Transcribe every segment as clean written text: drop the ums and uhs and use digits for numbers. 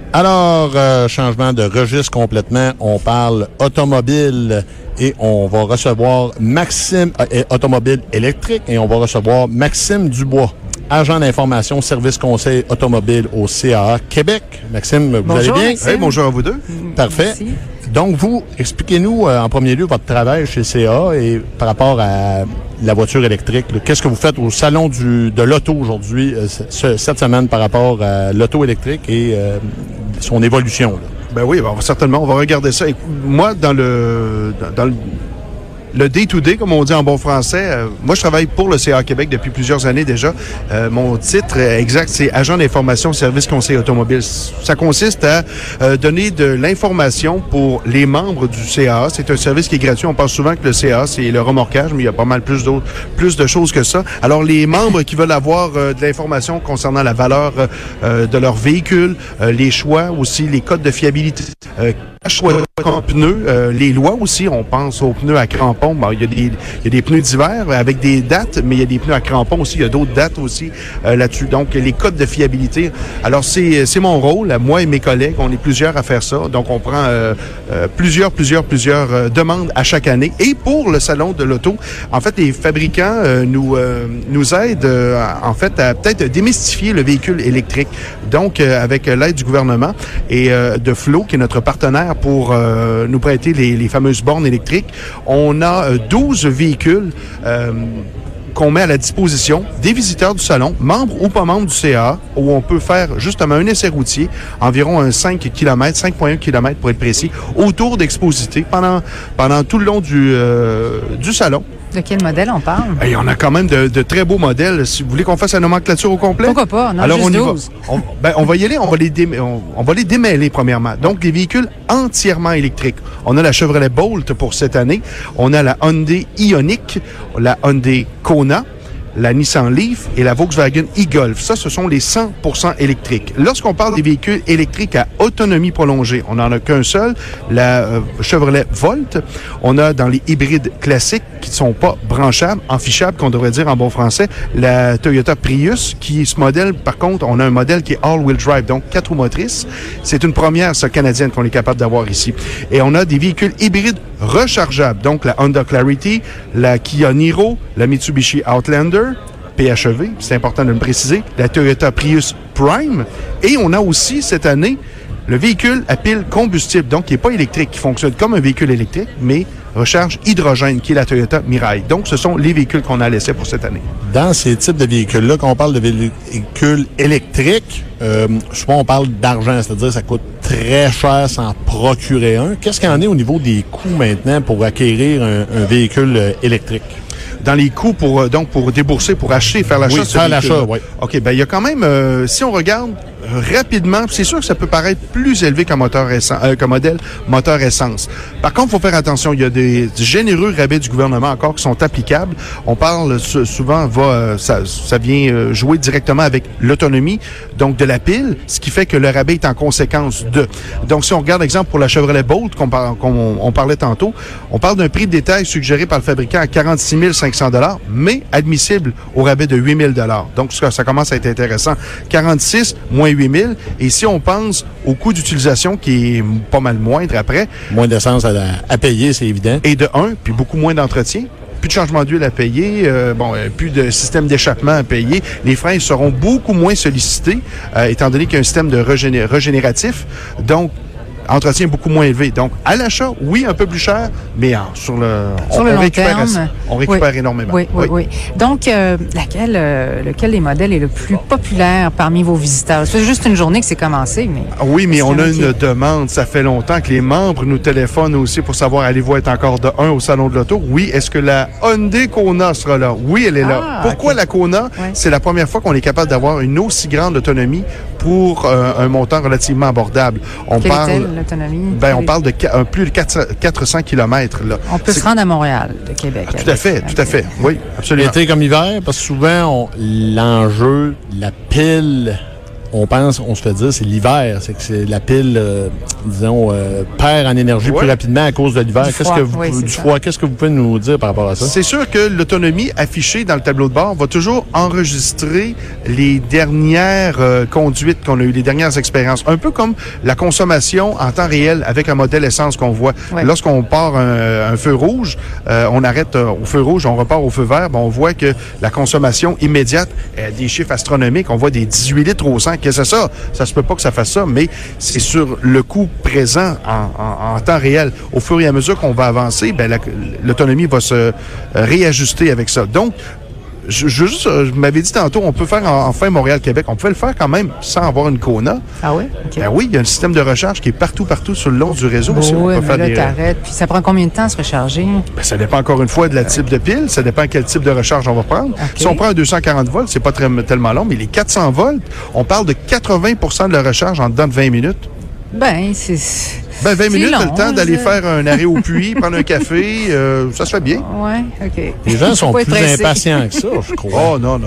Alors, changement de registre complètement. On parle automobile et on va recevoir Maxime, automobile électrique, et on va recevoir Maxime Dubois, agent d'information, service conseil automobile au CAA Québec. Maxime, vous allez bien? Maxime. Hey, bonjour à vous deux. Parfait. Merci. Donc, vous, expliquez-nous en premier lieu votre travail chez CAA et par rapport à la voiture électrique. Qu'est-ce que vous faites au salon de l'auto aujourd'hui, cette semaine, par rapport à l'auto électrique et son évolution, là? Ben oui, certainement, on va regarder ça. Et moi, dans le day-to-day, comme on dit en bon français, moi, je travaille pour le CA Québec depuis plusieurs années déjà. Mon titre exact, c'est agent d'information service conseil automobile. Ça consiste à donner de l'information pour les membres du CA. C'est un service qui est gratuit. On pense souvent que le CA, c'est le remorquage, mais il y a pas mal plus de choses que ça. Alors, les membres qui veulent avoir de l'information concernant la valeur de leur véhicule, les choix aussi, les codes de fiabilité, choix en pneus, les lois aussi, on pense aux pneus à crampons. Bon, il y a des pneus d'hiver avec des dates, mais il y a des pneus à crampons aussi, il y a d'autres dates aussi là-dessus. Donc, les codes de fiabilité. Alors, c'est mon rôle, moi et mes collègues, on est plusieurs à faire ça. Donc, on prend plusieurs demandes à chaque année. Et pour le salon de l'auto, en fait, les fabricants nous aident, en fait, à peut-être démystifier le véhicule électrique. Donc, avec l'aide du gouvernement et de Flo, qui est notre partenaire pour nous prêter les fameuses bornes électriques. On a 12 véhicules qu'on met à la disposition des visiteurs du salon, membres ou pas membres du CA, où on peut faire justement un essai routier, environ un 5 km, 5,1 km pour être précis, autour d'Exposité pendant tout le long du salon. De quel modèle on parle? Et on a quand même de très beaux modèles. Si vous voulez qu'on fasse la nomenclature au complet? Pourquoi pas? Non, alors juste on y 12. va. On va y aller, on va les démêler premièrement. Donc, les véhicules entièrement électriques. On a la Chevrolet Bolt pour cette année. On a la Hyundai Ioniq, la Hyundai Kona, la Nissan Leaf et la Volkswagen e-Golf. Ça, ce sont les 100% électriques. Lorsqu'on parle des véhicules électriques à autonomie prolongée, on n'en a qu'un seul, la Chevrolet Volt. On a dans les hybrides classiques qui ne sont pas branchables, enfichables, qu'on devrait dire en bon français, la Toyota Prius, qui, ce modèle, par contre, on a un modèle qui est all-wheel drive, donc 4 roues motrices. C'est une première, ça, canadienne, qu'on est capable d'avoir ici. Et on a des véhicules hybrides rechargeables, donc la Honda Clarity, la Kia Niro, la Mitsubishi Outlander, PHEV, c'est important de le préciser, la Toyota Prius Prime, et on a aussi cette année le véhicule à pile combustible, donc qui n'est pas électrique, qui fonctionne comme un véhicule électrique, mais recharge hydrogène, qui est la Toyota Mirai. Donc, ce sont les véhicules qu'on a laissés pour cette année. Dans ces types de véhicules-là, quand on parle de véhicules électriques, souvent on parle d'argent, c'est-à-dire que ça coûte très cher s'en procurer un. Qu'est-ce qu'il y en est au niveau des coûts maintenant pour acquérir un véhicule électrique? Dans les coûts pour débourser, pour acheter, faire l'achat. Oui, faire l'achat, oui. OK, ben il y a quand même, si on regarde rapidement, c'est sûr que ça peut paraître plus élevé qu'un modèle moteur essence. Par contre, il faut faire attention, il y a des généreux rabais du gouvernement encore qui sont applicables. On parle souvent, ça vient jouer directement avec l'autonomie, donc de la pile, ce qui fait que le rabais est en conséquence de. Donc, si on regarde l'exemple pour la Chevrolet Bolt qu'on parlait tantôt, on parle d'un prix de détail suggéré par le fabricant à 46 500 $, mais admissible au rabais de 8 000 $. Donc, ça commence à être intéressant. 46 moins 8 000. Et si on pense au coût d'utilisation qui est pas mal moindre après. Moins d'essence à payer, c'est évident. Et de 1, puis beaucoup moins d'entretien. Plus de changement d'huile à payer, plus de système d'échappement à payer. Les freins seront beaucoup moins sollicités, étant donné qu'il y a un système de régénératif. Donc, entretien beaucoup moins élevé. Donc, à l'achat, oui, un peu plus cher, mais sur le long terme, on récupère énormément. Oui. Donc, lequel des modèles est le plus populaire parmi vos visiteurs? C'est juste une journée que c'est commencé, mais... Oui, mais on a une demande. Ça fait longtemps que les membres nous téléphonent aussi pour savoir, allez-vous être encore de 1 au Salon de l'Auto? Oui. Est-ce que la Hyundai Kona sera là? Oui, elle est là. Pourquoi la Kona? C'est la première fois qu'on est capable d'avoir une aussi grande autonomie pour un montant relativement abordable. Quelle est-elle, l'autonomie? On parle de plus de 400 km. Là. On peut se rendre à Montréal, de Québec. Tout à fait. Oui, absolument. Été comme hiver, parce que souvent, l'enjeu, la pile on se fait dire, c'est l'hiver. C'est que c'est la pile, perd en énergie plus rapidement à cause de l'hiver. Du froid. Qu'est-ce que vous pouvez nous dire par rapport à ça? C'est sûr que l'autonomie affichée dans le tableau de bord va toujours enregistrer les dernières conduites qu'on a eues, les dernières expériences. Un peu comme la consommation en temps réel avec un modèle essence qu'on voit. Ouais. Lorsqu'on part un feu rouge, on arrête au feu rouge, on repart au feu vert, on voit que la consommation immédiate a des chiffres astronomiques. On voit des 18 litres au 100. Qu'est-ce que c'est ça? Ça se peut pas que ça fasse ça, mais c'est sur le coût présent en temps réel. Au fur et à mesure qu'on va avancer, l'autonomie va se réajuster avec ça. Donc, je m'avais dit tantôt, on peut faire enfin Montréal-Québec. On pouvait le faire quand même sans avoir une Kona. Ah oui? Okay. Oui, il y a un système de recharge qui est partout sur le long du réseau. Oui, mais là, t'arrêtes. Puis ça prend combien de temps à se recharger? Ça dépend encore une fois de la type de pile. Ça dépend quel type de recharge on va prendre. Okay. Si on prend un 240 volts, c'est pas tellement long, mais les 400 volts, on parle de 80 de la recharge en dedans de 20 minutes. 20 minutes, t'as le temps d'aller faire un arrêt au puits, prendre un café, ça se fait bien. Oui, OK. Les gens sont plus impatients que ça, je crois. Oh non.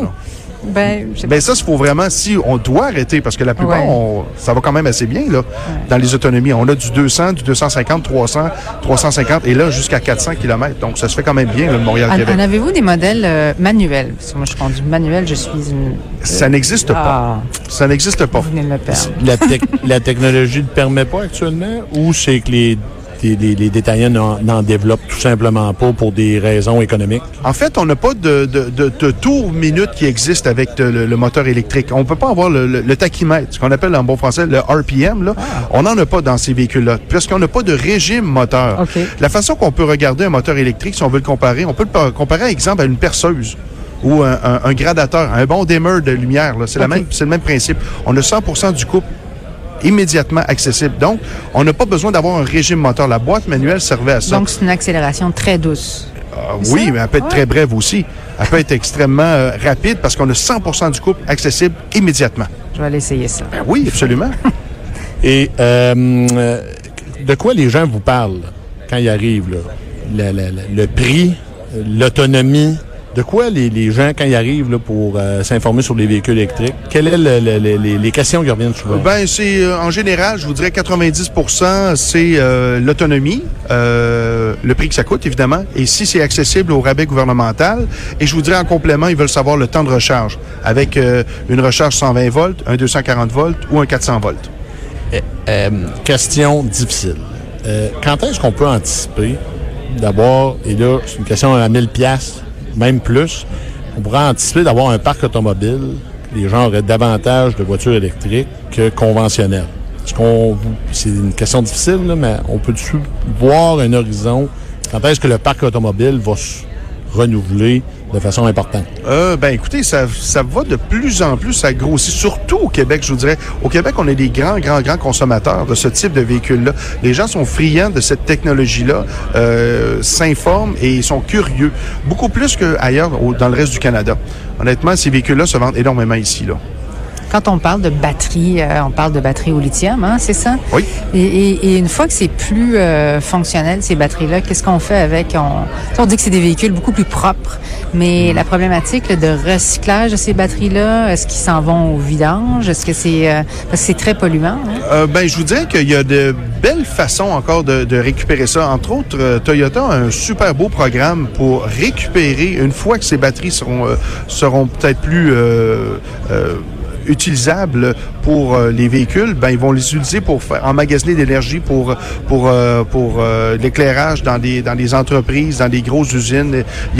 Ça, il faut vraiment, si on doit arrêter, parce que la plupart, ça va quand même assez bien, là, dans les autonomies. On a du 200, du 250, 300, 350, et là, jusqu'à 400 km. Donc, ça se fait quand même bien, le Montréal-Québec. En avez-vous des modèles manuels? Parce que moi, je conduis manuel, je suis une... Ça n'existe pas. Ça n'existe pas. Vous venez de le perdre. La technologie ne le permet pas actuellement, ou c'est que les détaillants n'en développent tout simplement pas pour des raisons économiques? En fait, on n'a pas de tour minute qui existe avec le moteur électrique. On ne peut pas avoir le tachymètre, ce qu'on appelle en bon français le RPM. Là. On n'en a pas dans ces véhicules-là, puisqu'on n'a pas de régime moteur. Okay. La façon qu'on peut regarder un moteur électrique, si on veut le comparer, on peut le comparer, par exemple, à une perceuse ou un gradateur, un bon dimmer de lumière. Là. C'est le même principe. On a 100% du couple immédiatement accessible. Donc, on n'a pas besoin d'avoir un régime moteur. La boîte manuelle servait à ça. Donc, c'est une accélération très douce. Oui, mais elle peut être très brève aussi. Elle peut être extrêmement rapide parce qu'on a 100% du couple accessible immédiatement. Je vais aller essayer ça. Oui, absolument. Et de quoi les gens vous parlent quand ils arrivent, là? Le prix, l'autonomie? De quoi les gens, quand ils arrivent là, pour s'informer sur les véhicules électriques, quelles sont les questions qui reviennent souvent? C'est en général, je vous dirais 90%, c'est l'autonomie, le prix que ça coûte, évidemment, et si c'est accessible au rabais gouvernemental. Et je vous dirais en complément, ils veulent savoir le temps de recharge, avec une recharge 120 volts, un 240 volts ou un 400 volts. Question difficile. Quand est-ce qu'on peut anticiper, d'abord, et là, c'est une question à 1000$, même plus, on pourrait anticiper d'avoir un parc automobile, les gens auraient davantage de voitures électriques que conventionnelles. C'est une question difficile, là, mais on peut-tu voir un horizon? Quand est-ce que le parc automobile va se renouveler de façon importante? Écoutez, ça va de plus en plus, ça grossit, surtout au Québec, je vous dirais. Au Québec, on est des grands consommateurs de ce type de véhicules-là. Les gens sont friands de cette technologie-là, s'informent et sont curieux. Beaucoup plus qu'ailleurs, dans le reste du Canada. Honnêtement, ces véhicules-là se vendent énormément ici, là. Quand on parle de batterie, on parle de batterie au lithium, hein, c'est ça? Oui. Et une fois que c'est plus fonctionnel, ces batteries-là, qu'est-ce qu'on fait avec? On dit que c'est des véhicules beaucoup plus propres, mais la problématique là, de recyclage de ces batteries-là, est-ce qu'ils s'en vont au vidange? Est-ce que parce que c'est très polluant? Hein? Je vous dirais qu'il y a de belles façons encore de récupérer ça. Entre autres, Toyota a un super beau programme pour récupérer, une fois que ces batteries seront peut-être plus utilisables pour les véhicules, ils vont les utiliser pour emmagasiner de l'énergie pour l'éclairage dans des entreprises, dans des grosses usines.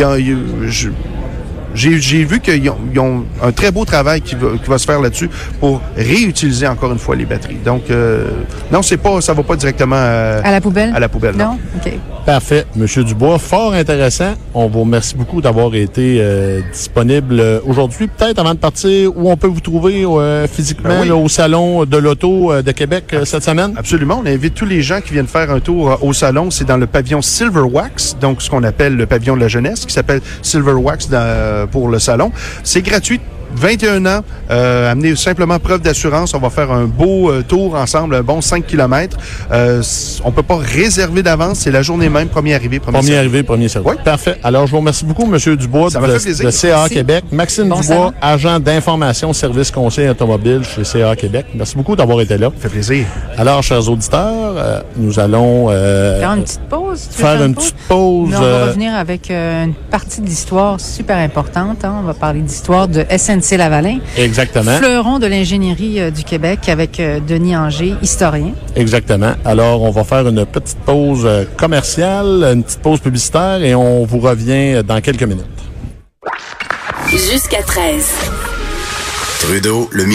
J'ai vu qu'ils ont un très beau travail qui va se faire là-dessus pour réutiliser encore une fois les batteries. Donc, non, ça va pas directement à la poubelle? À la poubelle, non. OK. Parfait. Monsieur Dubois, fort intéressant. On vous remercie beaucoup d'avoir été disponible aujourd'hui. Peut-être avant de partir, où on peut vous trouver physiquement là, au Salon de l'Auto de Québec cette semaine? Absolument. On invite tous les gens qui viennent faire un tour au Salon. C'est dans le pavillon Silver Wax, donc ce qu'on appelle le pavillon de la jeunesse, qui s'appelle Silver Wax pour le Salon. C'est gratuit. 21 ans, amener simplement preuve d'assurance. On va faire un beau tour ensemble, un bon 5 km. On peut pas réserver d'avance. C'est la journée même, premier arrivé, premier servi. Premier arrivé, premier servi. Oui. Parfait. Alors, je vous remercie beaucoup, M. Dubois de CA Québec. Maxime Dubois, agent d'information, service conseil automobile chez CA Québec. Merci beaucoup d'avoir été là. Ça fait plaisir. Alors, chers auditeurs, nous allons faire une petite pause. Faire une petite pause. Mais on va revenir avec une partie de l'histoire super importante. On va parler d'histoire de SNC-Lavalin. Exactement. Fleuron de l'ingénierie du Québec avec Denis Anger, historien. Exactement. Alors, on va faire une petite pause commerciale, une petite pause publicitaire et on vous revient dans quelques minutes. Jusqu'à 13. Trudeau, le